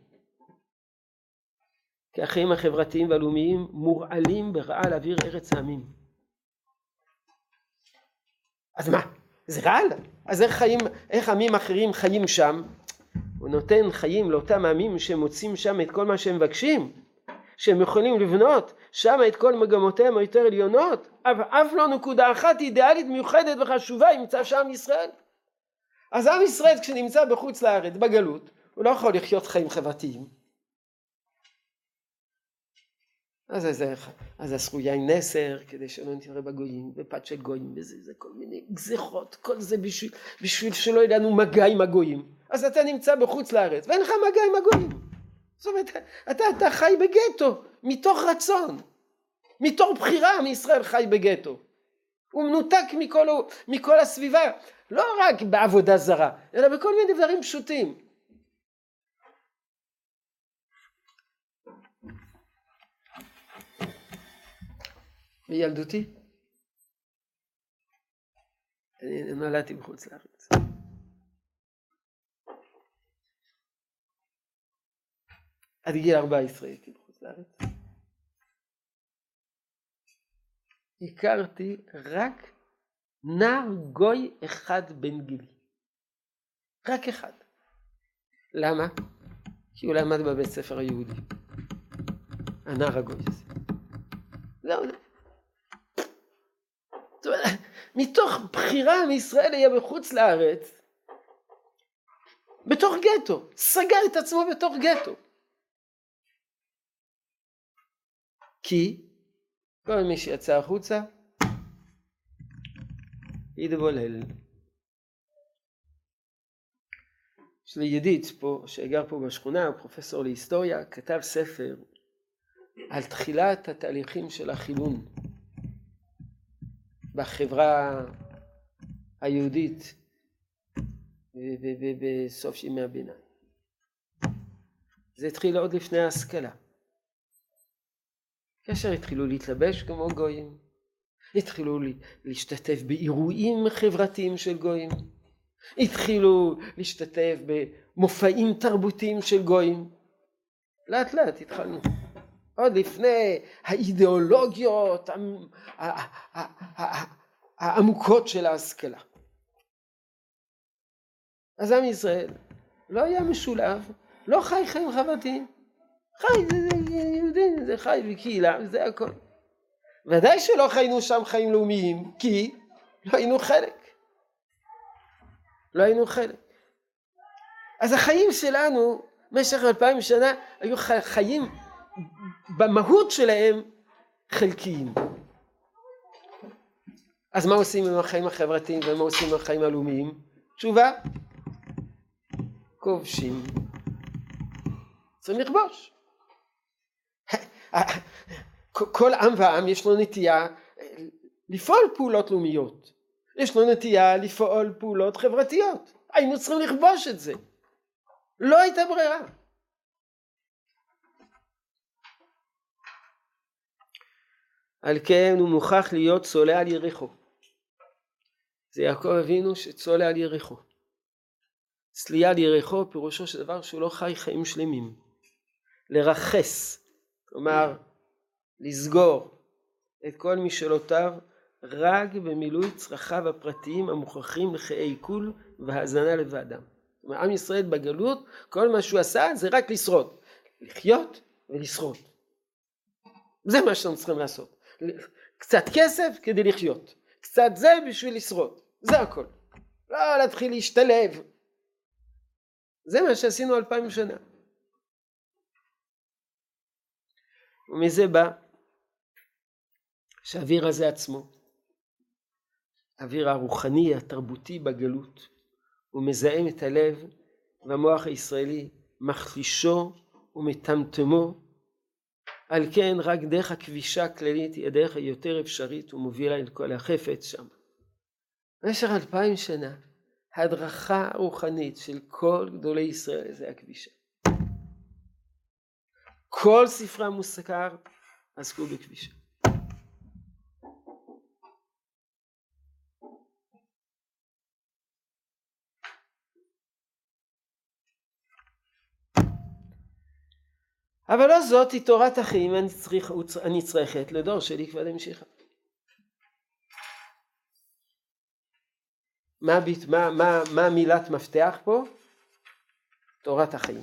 כי החיים החברתיים והלאומיים מורעלים ברעל אוויר ארץ העמים. אז מה? זה רעל? אז איך עמים אחרים חיים שם? הוא נותן חיים לאותם עמים שמוצאים שם את כל מה שהם מבקשים, שהם יכולים לבנות שם את כל מגמותיהם היותר עליונות, אבל אף לא נקודה אחת אידיאלית מיוחדת וחשובה ימצא שם ישראל. אז עם ישראל כשנמצא בחוץ לארץ בגלות, הוא לא יכול לחיות חיים חברתיים. אז אסרו יין נסר כדי שלא נתראה בגויים, בפת של גויים, זה כל מיני גזירות, כל זה בשביל שלא יהיה לנו מגע עם הגויים. אז אתה נמצא בחוץ לארץ ואין לך מגע עם הגויים. זאת אומרת, אתה חי בגטו, מתוך רצון, מתוך בחירה מישראל חי בגטו. הוא מנותק מכל הסביבה, לא רק בעבודה זרה, אלא בכל מיני דברים פשוטים. בילדותי, אני נולדתי בחוץ לארץ. עד גיל 14 הייתי בחוץ לארץ. הכרתי רק נער גוי אחד בן גילי. רק אחד. למה? כי הוא למד בבית ספר היהודי. הנער הגוי הזה. זהו. זאת אומרת, מתוך בחירה מישראל היה בחוץ לארץ, בתוך גטו, סגר את עצמו בתוך גטו. כי כל מי שיצא החוצה יתבולל. יש לי ידיד פה שגר פה בשכונה, הוא פרופסור להיסטוריה, כתב ספר על תחילת התהליכים של החילון בחברה היהודית בסוף ימי הביניים. זה התחיל עוד לפני ההשכלה. כאשר התחילו להתלבש כמו גויים, התחילו להשתתף באירועים חברתיים של גויים, התחילו להשתתף במופעים תרבותיים של גויים. לאט לאט התחלנו. עוד לפני האידיאולוגיות העמוקות של ההשכלה. אז עם ישראל לא היה משולב, לא חי חיים חברתיים. חי, זה יהודי, זה חי בקהילה, זה הכל. ודאי שלא חיינו שם חיים לאומיים, כי לא היינו חלק. לא היינו חלק. אז החיים שלנו, במשך 2000 שנה, היו חיים במהות שלהם חלקיים. אז מה עושים עם החיים החברתיים ומה עושים עם החיים הלאומיים? תשובה, כובשים. צריכים לכבוש. כל עם ועם יש לו נטייה לפעול פעולות לאומיות. יש לו נטייה לפעול פעולות חברתיות. היינו צריכים לכבוש את זה. לא הייתה ברירה. על כן הוא מוכרח להיות צולע על יריחו. זה יעקב אבינו שצולע על יריחו. צליעה על יריחו פירושו של דבר שהוא לא חי חיים שלמים. לרחס, כלומר לסגור את כל משאלותיו רק במילוי צרכיו הפרטיים המוכרחים לחיי עיכול והאזנה לבדם. זאת אומרת, עם ישראל בגלות, כל מה שהוא עשה זה רק לשרוד. לחיות ולשרוד. זה מה שאנחנו צריכים לעשות. קצת כסף כדי לחיות. קצת זה בשביל לשרוד. זה הכל. לא להתחיל להשתלב. זה מה שעשינו 2000 שנה. ומזה בא שהאוויר הזה עצמו, האוויר הרוחני, התרבותי בגלות, הוא מזהם את הלב והמוח הישראלי, מחלישו ומטמטמו, על כן רק דרך הכבישה הכללית היא הדרך היותר אפשרית ומובילה אל כל החפץ שם. במשך 2000 שנה ההדרכה הרוחנית של כל גדולי ישראל זה הכבישה. כל ספרי המוסר עסקו בכבישה. אבל לא זאת היא תורת החיים הנצרכת לדור של עקבא דמשיחא. מה מילת מפתח פה? תורת החיים.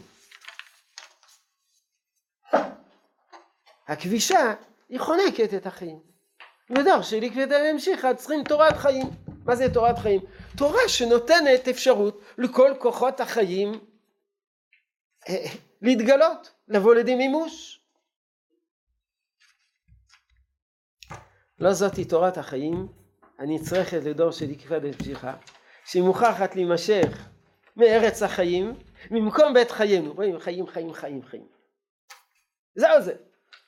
הכבישה היא חונקת את החיים. בדור של עקבא דמשיחא צריכים תורת חיים. מה זה תורת חיים? תורה שנותנת אפשרות לכל כוחות החיים להתגלות, לבוא לידי מימוש. לא זאת היא תורת החיים הנצרכת לדור של עקבא דמשיחא, שהיא מוכרחת להימשך מארץ החיים, ממקום בית חיינו. רואים, חיים, חיים, חיים, חיים. זהו זה.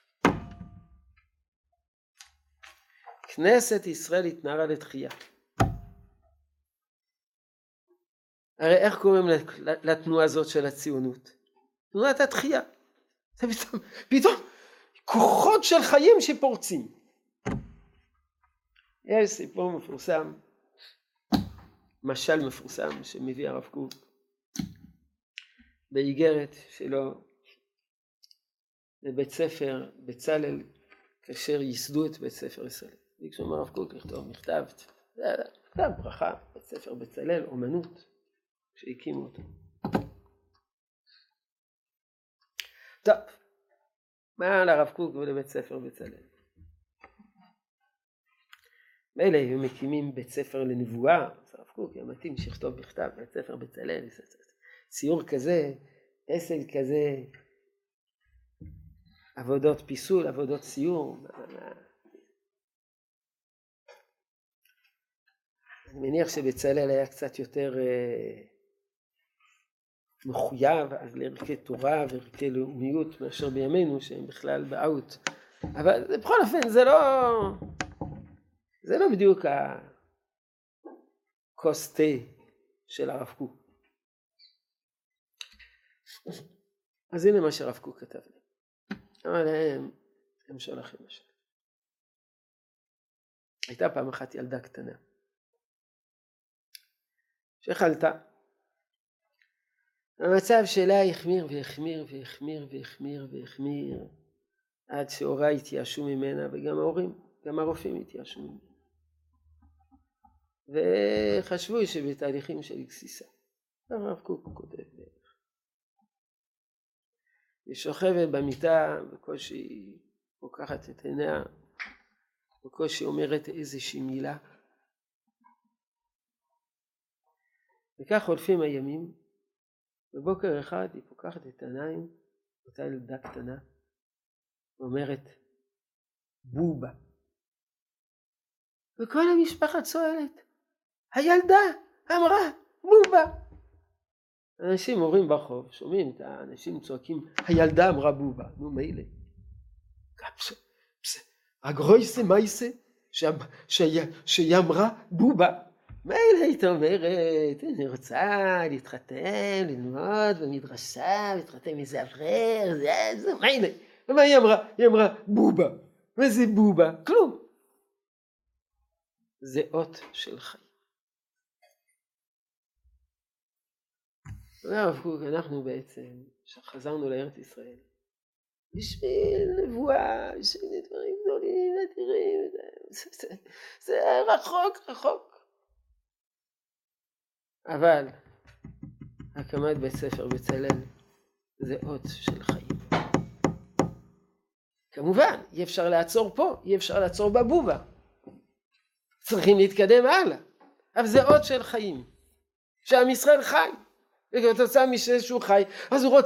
כנסת ישראל התנערה לתחייה. הרי איך קוראים לתנועה הזאת של הציונות? תנועת התחייה. זה פתאום כוחות של חיים שפורצים. יש סיפור מפורסם, משל מפורסם שמביא הרב קוק באיגרת שלו לבית ספר בצלאל, כאשר ייסדו את בית ספר ישראל. ביקשו מהרב קוק לכתוב מכתב ברכה, בית ספר בצלאל, אומנות, שהקימו אותו. טוב, מה לרב קוק ולבית ספר בצלאל? מילא הם מקימים בית ספר לנבואה, אז הרב קוק מתאים שיכתוב בכתב, בית ספר בצלאל, ציור כזה, עסל כזה, עבודות פיסול, עבודות ציור. אני מניח שבצלאל היה קצת יותר מחויב אז לערכי תורה וערכי לאומיות מאשר בימינו שהם בכלל באוט. אבל בכל אופן זה לא בדיוק הכוס תה של הרב קוק. אז הנה מה שהרב קוק כתב לי. אבל הם שולחים משל. הייתה פעם אחת ילדה קטנה שחלתה. המצב שלה החמיר והחמיר והחמיר והחמיר והחמיר עד שהוריה התייאשו ממנה, וגם ההורים, גם הרופאים התייאשו ממנה. וחשבו שבתהליכים של גסיסה. הרב קוק כותב בערך. היא שוכבת במיטה, בקושי לוקחת את עיניה, בקושי אומרת איזושהי מילה. וכך חולפים הימים, בבוקר אחד היא פוקחת את העיניים, אותה ילדה קטנה, ואומרת, בובה. וכל המשפחה צועלת, הילדה אמרה, בובה. אנשים עוברים ברחוב, שומעים את האנשים צועקים, הילדה אמרה בובה. נו, מילא. הגרויסה מייסה, שהיא אמרה בובה. מילא היית אומרת, אני רוצה להתחתן, ללמוד במדרשה, להתחתן מזה אברר, זה מילא. ומה היא אמרה? היא אמרה בובה. וזה בובה? כלום. זה אות של חיים. והרב קוק, אנחנו בעצם, שחזרנו לארץ ישראל, בשביל נבואה, בשביל דברים גדולים, תראי, זה רחוק, רחוק. אבל הקמת בית ספר בצלאל זה אות של חיים. כמובן, אי אפשר לעצור פה, אי אפשר לעצור בבובה. צריכים להתקדם הלאה. אבל זה אות של חיים. שעם ישראל חי. וכתוצאה שהוא חי, אז הוא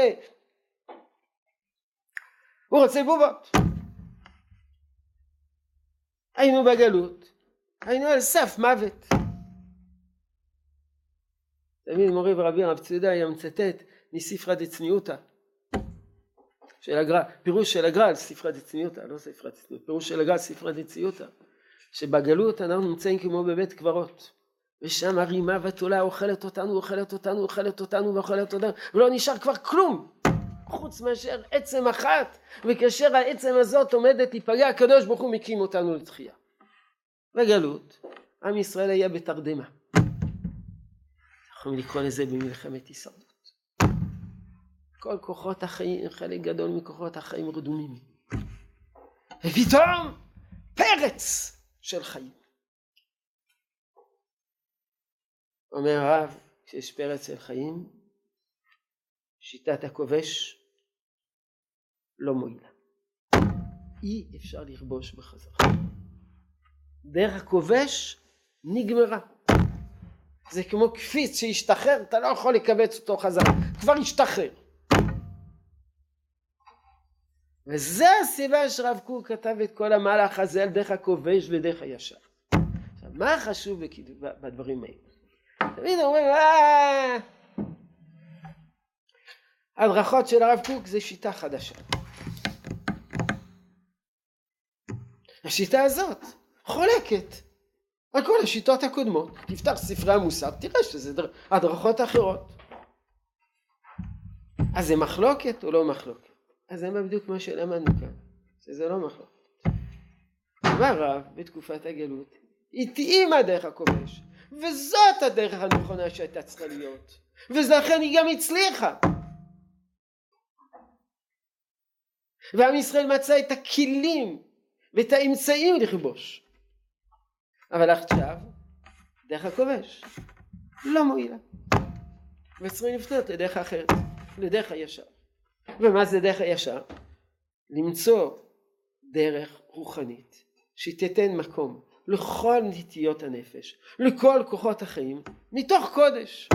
רוצה בובות. היינו בגלות, היינו על סף מוות. תמיד מורי ורבי רב צבי יהודה היה מצטט מספרא דצניעותא, של הגר"א, פירוש של הגר"א על ספרא דציניותא, לא ספרא דציניותא, פירוש של הגר"א ספרא דציניותא, שבגלות אנחנו נמצאים כמו בבית קברות, ושם הרימה והתולה אוכלת אותנו, ולא נשאר כבר כלום, חוץ מאשר עצם אחת, וכאשר העצם הזאת עומדת להיפגע, הקדוש ברוך הוא מקים אותנו לתחייה. בגלות, עם ישראל היה בתרדמה. יכולים לקרוא לזה במלחמת הישרדות. כל כוחות החיים, חלק גדול מכוחות החיים רדומים. ופתאום פרץ של חיים. אומר הרב, כשיש פרץ של חיים, שיטת הכובש לא מועילה. אי אפשר לכבוש בחזרה. דרך הכובש נגמרה. זה כמו קפיץ שהשתחרר, אתה לא יכול לקבץ אותו חזרה, כבר השתחרר. וזה הסיבה שרב קוק כתב את כל המהלך הזה על דרך הכובש ודרך הישר. עכשיו, מה חשוב בדברים האלה? תמיד אומרים, הדרכות של הרב קוק זה שיטה חדשה. השיטה הזאת חולקת על כל השיטות הקודמות. תפתח ספרי המוסר, תראה שזה הדרכות אחרות. אז זה מחלוקת או לא מחלוקת? אז זה בדיוק מה שלמדנו כאן, שזה לא מחלוקת. אמר רב בתקופת הגלות, התאימה דרך הכובש, וזאת הדרך הנכונה שהייתה צריכה להיות, ולכן היא גם הצליחה. ועם ישראל מצא את הכלים ואת האמצעים לכבוש. אבל עכשיו, דרך הכובש לא מועילה. וצריכים לפנות לדרך אחרת, לדרך הישר. ומה זה דרך הישר? למצוא דרך רוחנית שתיתן מקום לכל נטיות הנפש, לכל כוחות החיים, מתוך קודש.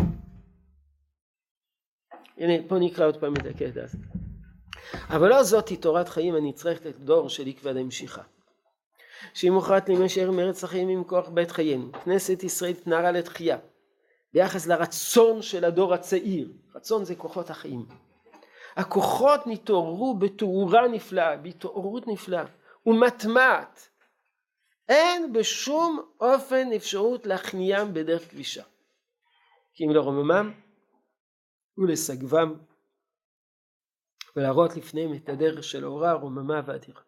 הנה, פה נקרא עוד פעם את הקטע הזה. אבל לא זאת היא תורת חיים הנצרכת את דור של עקבא דמשיחא, שהיא מוכרעת להימשך מארץ החיים עם כוח בית חיינו. כנסת ישראל תנערה לתחייה ביחס לרצון של הדור הצעיר. רצון זה כוחות החיים. הכוחות נתעוררו בתאורה נפלאה, בהתעוררות נפלאה ומטמעת. אין בשום אופן אפשרות להכניעם בדרך כבישה, כי אם לרוממם ולסגבם ולהראות לפניהם את הדרך של אורה, רוממה ואדירה.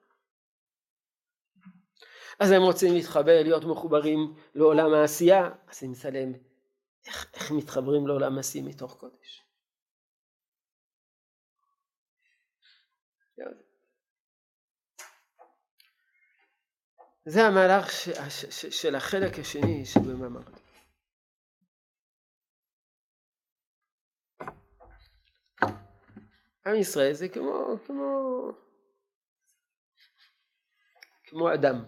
אז הם רוצים להתחבר, להיות מחוברים לעולם העשייה, אז הם מסלם איך מתחברים לעולם העשייה מתוך קודש. זה המהלך של החלק השני שבמאמר. עם ישראל זה כמו אדם.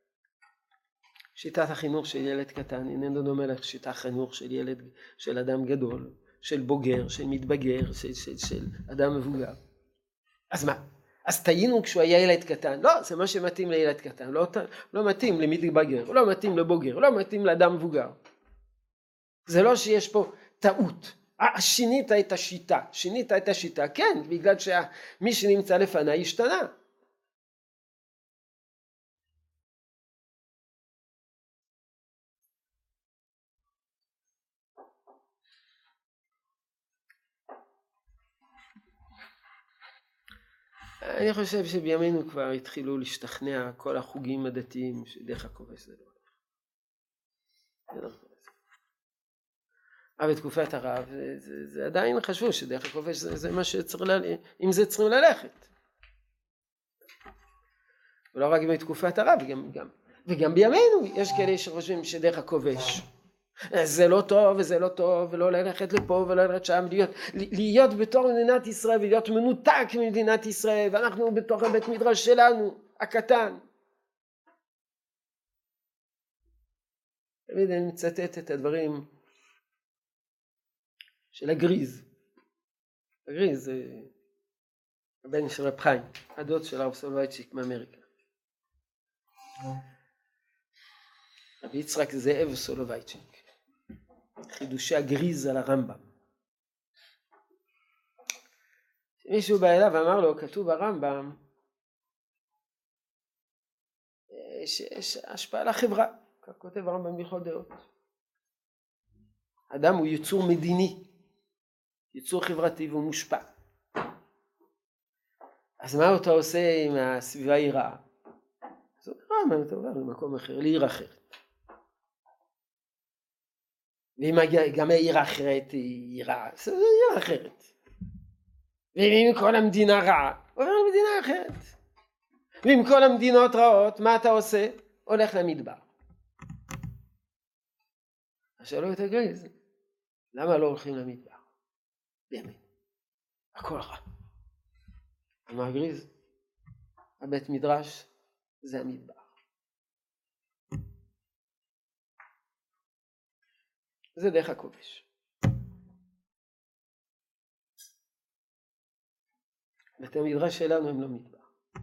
שיטת החינוך של ילד קטן איננו דומה לשיטת החינוך של ילד, של אדם גדול, של בוגר, של מתבגר, של אדם מבוגר. אז מה? אז טעינו כשהוא היה ילד קטן? לא, זה מה שמתאים לילד קטן, לא מתאים למתבגר, לא מתאים לבוגר, לא מתאים לאדם מבוגר. זה לא שיש פה טעות. שינית את השיטה, כן, בגלל שמי שנמצא לפניי השתנה. אני חושב שבימינו כבר התחילו להשתכנע כל החוגים הדתיים שדרך הכובש זה לא הולך. אבל בתקופת הרב זה עדיין חשבו שדרך הכובש זה מה שצריך, עם זה צריכים ללכת. ולא רק בתקופת הרב, וגם בימינו יש כאלה שחושבים שדרך הכובש זה לא טוב וזה לא טוב, ולא ללכת לפה ולא ללכת שם, להיות בתור מדינת ישראל ולהיות מנותק ממדינת ישראל, ואנחנו בתוך הבית מדרש שלנו הקטן. תמיד אני מצטט את הדברים של הגריז. הגריז זה הבן של רב חיים, הדוד של הרב סולובייצ'יק מאמריקה. רבי יצחק זאב סולובייצ'יק. חידושי הגריז על הרמב"ם. מישהו בא אליו ואמר לו, כתוב ברמב"ם, יש השפעה לחברה, כך כותב הרמב"ם בכל דעות. אדם הוא יצור מדיני, יצור חברתי והוא מושפע. אז מה אתה עושה אם הסביבה היא רעה? אז הוא אומר, אתה עובר למקום אחר, לעיר אחרת. ואם גם העיר אחרת היא רעה, זה עיר אחרת. ואם כל המדינה רעה, עובר למדינה אחרת. ואם כל המדינות רעות, מה אתה עושה? הולך למדבר. השאלו את הגריז, למה לא הולכים למדבר? באמת, הכל רע. אמר הגריז, הבית מדרש זה המדבר. זה דרך הכובש. בית המדרש שלנו הם לא מדבר.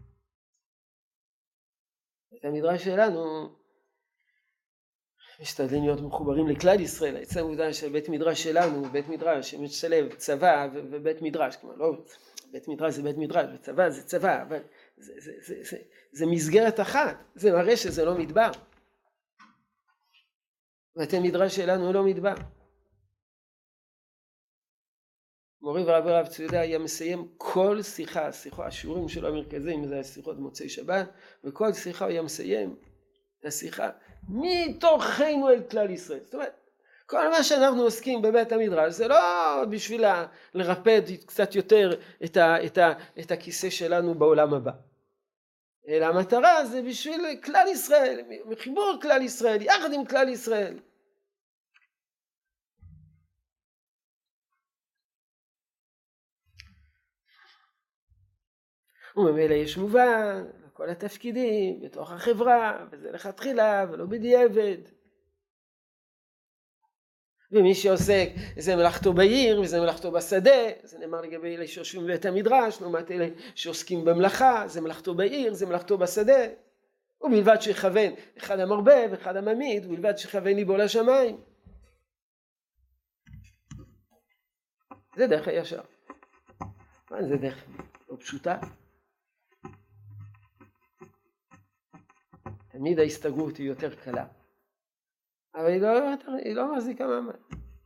בית המדרש שלנו משתדלים להיות מחוברים לכלל ישראל. עצם העובדה שבית מדרש שלנו הוא בית מדרש שמשלב צבא ובית מדרש, כלומר לא בית מדרש זה בית מדרש וצבא זה צבא, אבל זה מסגרת אחת. זה מראה שזה לא מדבר. בית המדרש שלנו הוא לא מדבר. מורי ורבי הרב צבי היה מסיים כל שיחה, השיעורים שלו המרכזיים זה השיחות מוצאי שבת, וכל שיחה הוא היה מסיים את השיחה מתוכנו אל כלל ישראל. זאת אומרת, כל מה שאנחנו עוסקים בבית המדרש זה לא בשביל לרפד קצת יותר את הכיסא שלנו בעולם הבא. אלא המטרה זה בשביל כלל ישראל, מחיבור כלל ישראל, יחד עם כלל ישראל. וממילא יש מובן, כל התפקידים בתוך החברה, וזה לכתחילה ולא בדיעבד. ומי שעוסק, זה מלאכתו בעיר וזה מלאכתו בשדה, זה נאמר לגבי אלה שיושבים בבית המדרש, לעומת אלה שעוסקים במלאכה, זה מלאכתו בעיר, זה מלאכתו בשדה. ובלבד שיכוון אחד המרבה ואחד הממיד, ובלבד שיכוון ליבו לשמיים. זה דרך הישר. זה דרך לא פשוטה. תמיד ההסתגרות היא יותר קלה. אבל היא לא מחזיקה מעמד.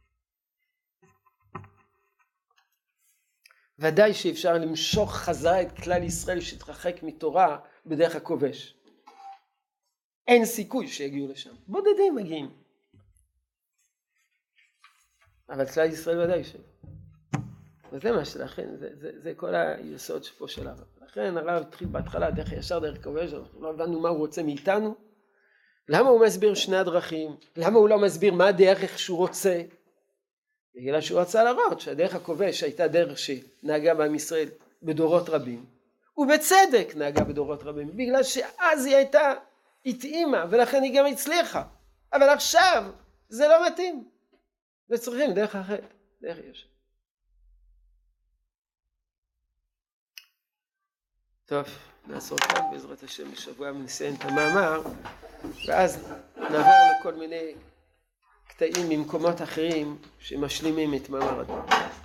ודאי שאפשר למשוך חזרה את כלל ישראל שתרחק מתורה בדרך הכובש. אין סיכוי שיגיעו לשם. בודדים מגיעים. אבל כלל ישראל ודאי שלא. וזה מה שלכן, זה כל היסוד שפה של הרב. לכן הרב התחיל בהתחלה דרך ישר דרך כובש, אנחנו לא הבנו מה הוא רוצה מאיתנו. למה הוא מסביר שני הדרכים? למה הוא לא מסביר מה הדרך שהוא רוצה? בגלל שהוא רצה להראות שהדרך הכובש הייתה דרך שנהגה בעם ישראל בדורות רבים. ובצדק נהגה בדורות רבים, בגלל שאז היא הייתה התאימה ולכן היא גם הצליחה. אבל עכשיו זה לא מתאים. וצריכים דרך אחרת, דרך ישר. טוב, נעשור כאן בעזרת השם בשבוע ונסיים את המאמר, ואז נעבור לכל מיני קטעים ממקומות אחרים שמשלימים את מאמר הדבר.